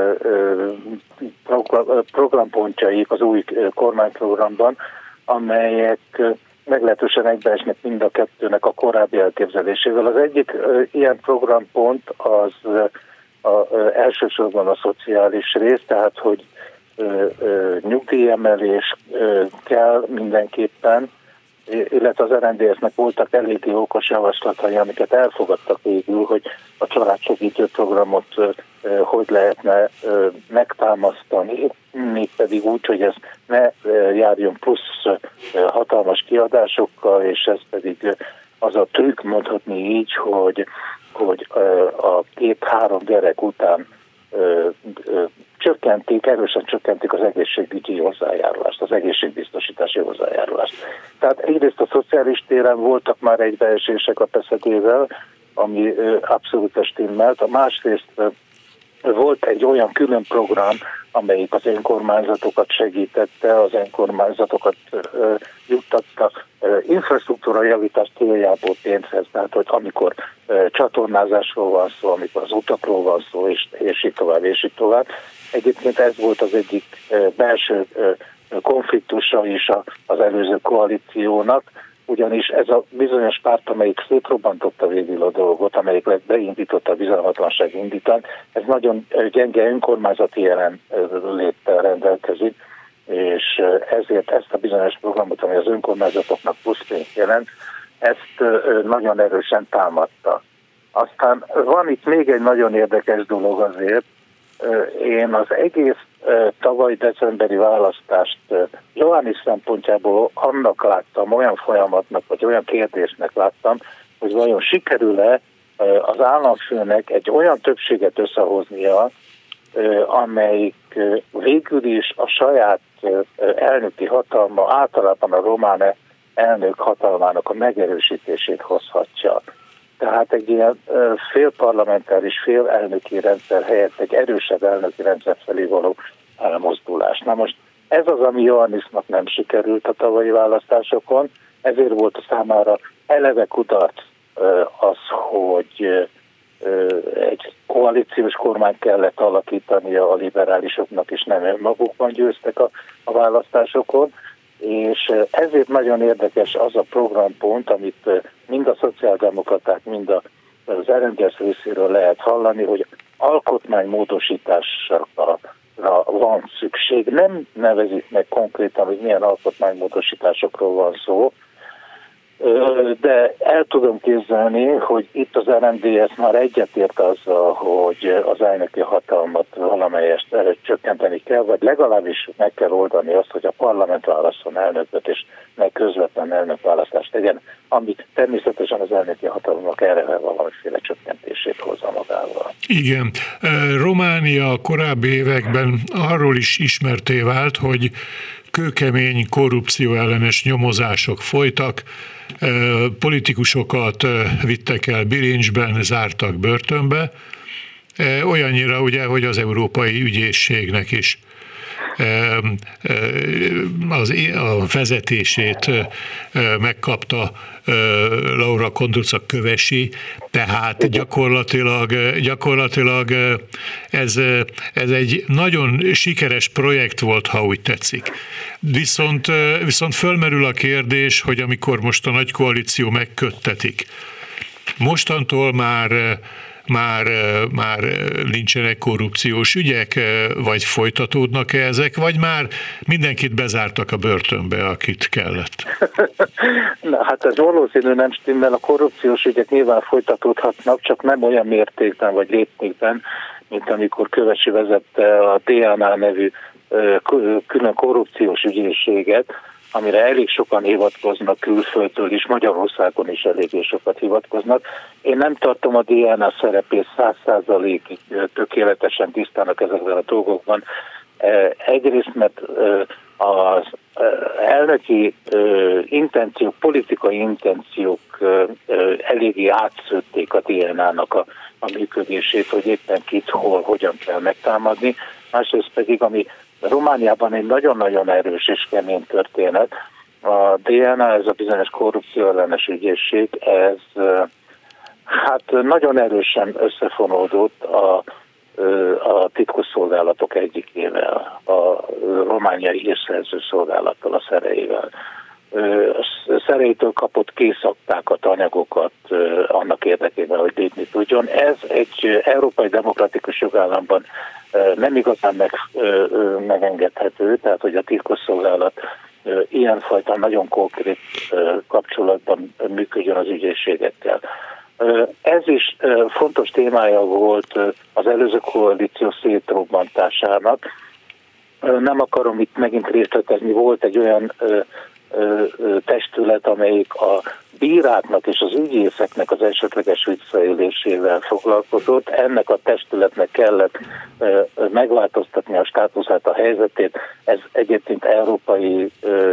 programpontjaik az új kormányprogramban, amelyek meglehetősen egybeesnek mind a kettőnek a korábbi elképzelésével. Az egyik ilyen programpont az elsősorban a szociális rész, tehát hogy nyugdíjemelés kell mindenképpen, illetve az RMDS-nek voltak eléggé okos javaslatai, amiket elfogadtak végül, hogy a családsegítő programot hogy lehetne megtámasztani, mégpedig úgy, hogy ez ne járjon plusz hatalmas kiadásokkal, és ez pedig az a trükk, mondhatni így, hogy a 2-3 gyerek után erősen csökkentik az egészségügyi hozzájárulást, az egészségbiztosítási hozzájárulást. Tehát egyrészt a szociális téren voltak már egybeesések a PSZD-vel, ami abszolút stimmelt, a másrészt volt egy olyan külön program, amelyik az önkormányzatokat segítette, az önkormányzatokat juttatta infrastruktúra javítás céljából pénzhez, tehát hogy amikor csatornázásról van szó, amikor az utakról van szó, és így tovább, és így tovább. Egyébként ez volt az egyik belső konfliktusa is az előző koalíciónak, ugyanis ez a bizonyos párt, amelyik szétrobbantotta végül a dolgot, amelyik beindította a bizalmatlanság indítást, ez nagyon gyenge önkormányzati jelenléttel rendelkezik, és ezért ezt a bizonyos programot, ami az önkormányzatoknak plusz pénzt jelent, ezt nagyon erősen támadta. Aztán van itt még egy nagyon érdekes dolog azért. Én az egész tavaly decemberi választást Iohannis szempontjából annak láttam, olyan folyamatnak, vagy olyan kérdésnek láttam, hogy vajon sikerül-e az államfőnek egy olyan többséget összehoznia, amelyik végül is a saját elnöki hatalma, általában a román elnök hatalmának a megerősítését hozhatja. Tehát egy ilyen félparlamentáris, félelnöki rendszer helyett egy erősebb elnöki rendszer felé való elmozdulás. Na most Ez az, ami Iohannisnak nem sikerült a tavalyi választásokon, ezért volt a számára eleve kudarc az, hogy egy koalíciós kormányt kellett alakítania a liberálisoknak, és nem önmagukban győztek a választásokon, és ezért nagyon érdekes az a programpont, amit mind a szociáldemokraták, mind az RMDSZ részéről lehet hallani, hogy alkotmánymódosításra van szükség. Nem nevezik meg konkrétan, hogy milyen alkotmánymódosításokról van szó, de el tudom képzelni, hogy itt az RMDSZ már egyetért azzal, hogy az elnöki hatalmat valamelyest csökkenteni kell, vagy legalábbis meg kell oldani azt, hogy a parlament válasszon elnököt, és meg közvetlen elnökválasztást tegyen, amit természetesen az elnöki hatalomnak erre valamiféle csökkentését hozza magával. Igen. Románia a korábbi években arról is ismerté vált, hogy kőkemény korrupció ellenes nyomozások folytak, politikusokat vittek el bilincsben, zártak börtönbe, olyannyira ugye, hogy az Európai Ügyészségnek is a vezetését megkapta Laura Kondrucka Kövesi, tehát gyakorlatilag ez egy nagyon sikeres projekt volt, ha úgy tetszik. Viszont fölmerül a kérdés, hogy amikor most a nagy koalíció megköttetik, mostantól már nincsenek korrupciós ügyek, vagy folytatódnak-e ezek, vagy már mindenkit bezártak a börtönbe, akit kellett? Na, hát ez valószínű nem stimmel, a korrupciós ügyek nyilván folytatódhatnak, csak nem olyan mértékben vagy léptékben, mint amikor Kövesi vezette a DNA nevű külön korrupciós ügyészséget, amire elég sokan hivatkoznak külföldtől is, Magyarországon is eléggé sokat hivatkoznak. Én nem tartom a DNA szerepét 100%-ig tökéletesen tisztának ezekben a dolgokban. Egyrészt, mert az elnöki intenciók, politikai intenciók eléggé átszőtték a DNA-nak a működését, hogy éppen kit, hol, hogyan kell megtámadni. Másrészt pedig, ami Romániában egy nagyon-nagyon erős és kemény történet. A DNA, ez a bizonyos korrupció ellenes ügyészség, ez hát nagyon erősen összefonódott a titkosszolgálatok egyikével, a romániai hírszerző szolgálattal, a SZEREI-vel. SZEREI-től kapott készaktákat, anyagokat annak érdekében, hogy lépni tudjon. Ez egy európai demokratikus jogállamban nem igazán megengedhető, tehát hogy a titkosszolgálat ilyenfajta nagyon konkrét kapcsolatban működjön az ügyészségekkel. Ez is fontos témája volt az előző koalíció szétrobbantásának. Nem akarom itt megint részletezni, volt egy olyan testület, amelyik a bíráknak és az ügyészeknek az esetleges visszaélésével foglalkozott. Ennek a testületnek kellett megváltoztatni a státuszát, a helyzetét. Ez egyébként európai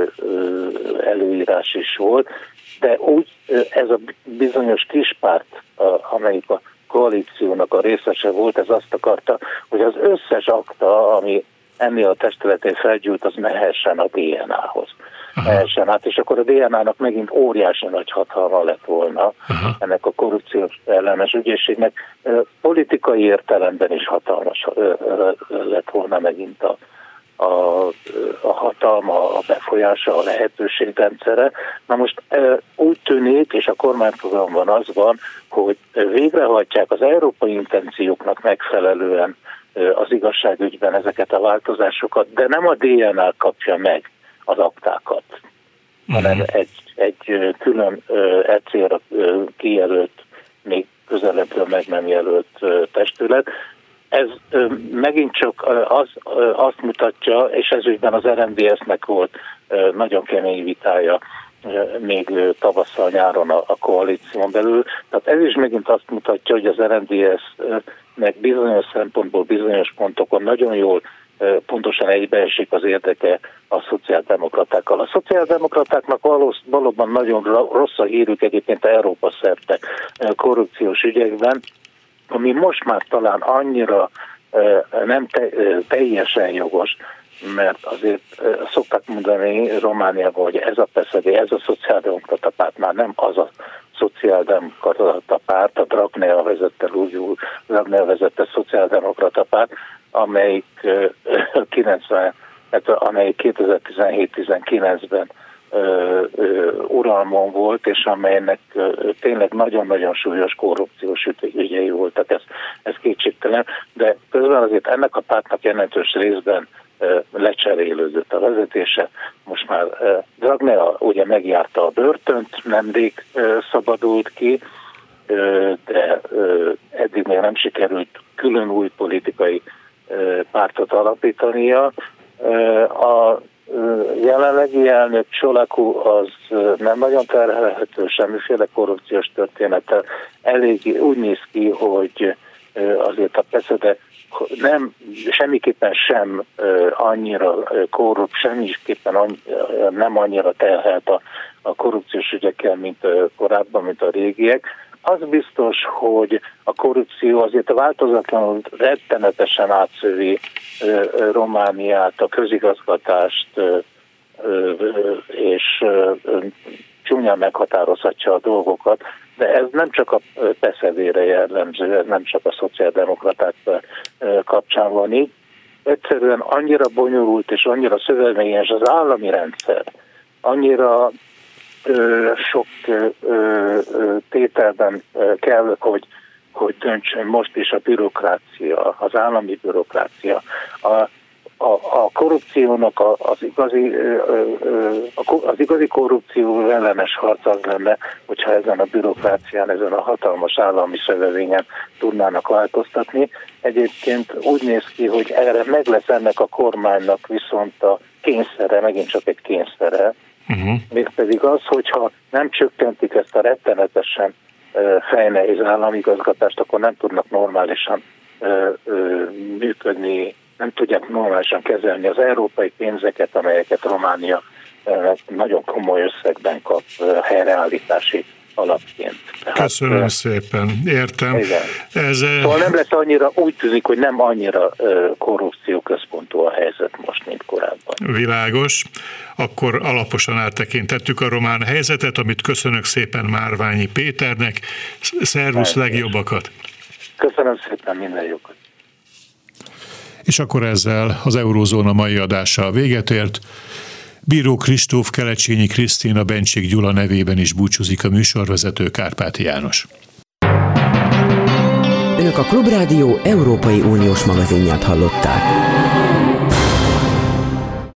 előírás is volt, de úgy ez a bizonyos kispárt, amelyik a koalíciónak a részese volt, ez azt akarta, hogy az összes akta, ami ennél a testületén felgyűlt, az mehessen a DNA-hoz. Mehessen át, és akkor a DNA-nak megint óriási nagy hatalma lett volna. Ennek a korrupciós ellenes ügyészségnek politikai értelemben is hatalmas lett volna megint a hatalma, a befolyása, a lehetőségrendszere. Na most úgy tűnik, és a kormányprogramban az van, hogy végrehajtják az európai intencióknak megfelelően az igazságügyben ezeket a változásokat, de nem a DNA kapja meg az aktákat, hanem egy külön célra kijelölt, még közelebbről meg nem jelölt testület. Ez megint csak azt mutatja, és ez ügyben az RMDSZ-nek volt nagyon kemény vitája még tavasszal, nyáron a koalíción belül. Tehát ez is megint azt mutatja, hogy az RMDSZ-nek bizonyos szempontból, bizonyos pontokon nagyon jól pontosan egybeesik az érdeke a szociáldemokratákkal. A szociáldemokratáknak valóban nagyon rossz a hírük egyébként Európa szerte korrupciós ügyekben, ami most már talán annyira nem teljesen jogos, mert azért szokták mondani Romániában, hogy ez a PSZD, ez a szociáldemokrata párt már nem az a szociáldemokrata párt, a Dragnea vezette szociáldemokrata párt, amelyik 2017-19-ben uralmon volt, és amelynek tényleg nagyon-nagyon súlyos korrupciós ügyei voltak, ez kétségtelen, de közben azért ennek a pártnak jelentős részben lecserélődött a vezetése. Most már Dragnea ugye megjárta a börtönt, nemrég szabadult ki, de eddig még nem sikerült külön új politikai pártot alapítania. A jelenlegi elnök Csolaku az nem nagyon terhelhető, semmiféle korrupciós történettel. Elég úgy néz ki, hogy azért a PSZD semmiképpen sem annyira korrupt, semmiképpen nem annyira terhelt a korrupciós ügyekkel, mint korábban, mint a régiek. Az biztos, hogy a korrupció azért változatlanul rettenetesen átszövi Romániát, a közigazgatást, és csúnyán meghatározhatja a dolgokat, de ez nem csak a PSZD-re jellemző, ez nem csak a szociáldemokraták kapcsán van így. Egyszerűen annyira bonyolult és annyira szövevényes az állami rendszer, annyira sok tételben kell, hogy döntsön most is a bürokrácia, az állami bürokrácia. A korrupciónak az igazi korrupció ellenes harc az lenne, hogyha ezen a bürokrácián, ezen a hatalmas állami szövevényen tudnának változtatni. Egyébként úgy néz ki, hogy erre meg lesz ennek a kormánynak viszont a kényszere, megint csak egy kényszere, mégpedig az, hogyha nem csökkentik ezt a rettenetesen fejnehéz államigazgatást, akkor nem tudnak normálisan működni, nem tudják normálisan kezelni az európai pénzeket, amelyeket Románia nagyon komoly összegben kap helyreállítási alapként. Köszönöm szépen, értem. Szóval nem lesz annyira, úgy tűnik, hogy nem annyira korrupcióközpontú a helyzet most, mint korábban. Világos. Akkor alaposan áttekintettük a román helyzetet, amit köszönök szépen Márványi Péternek. Szervusz, legjobbakat! Köszönöm szépen, minden jókat! És akkor ezzel az Eurózóna mai adása véget ért. Bíró Kristóf, Kelecsényi Krisztina, Bencsik Gyula nevében is búcsúzik a műsorvezető, Kárpáti János. Önök a Klubrádió Európai Uniós magazinját hallották.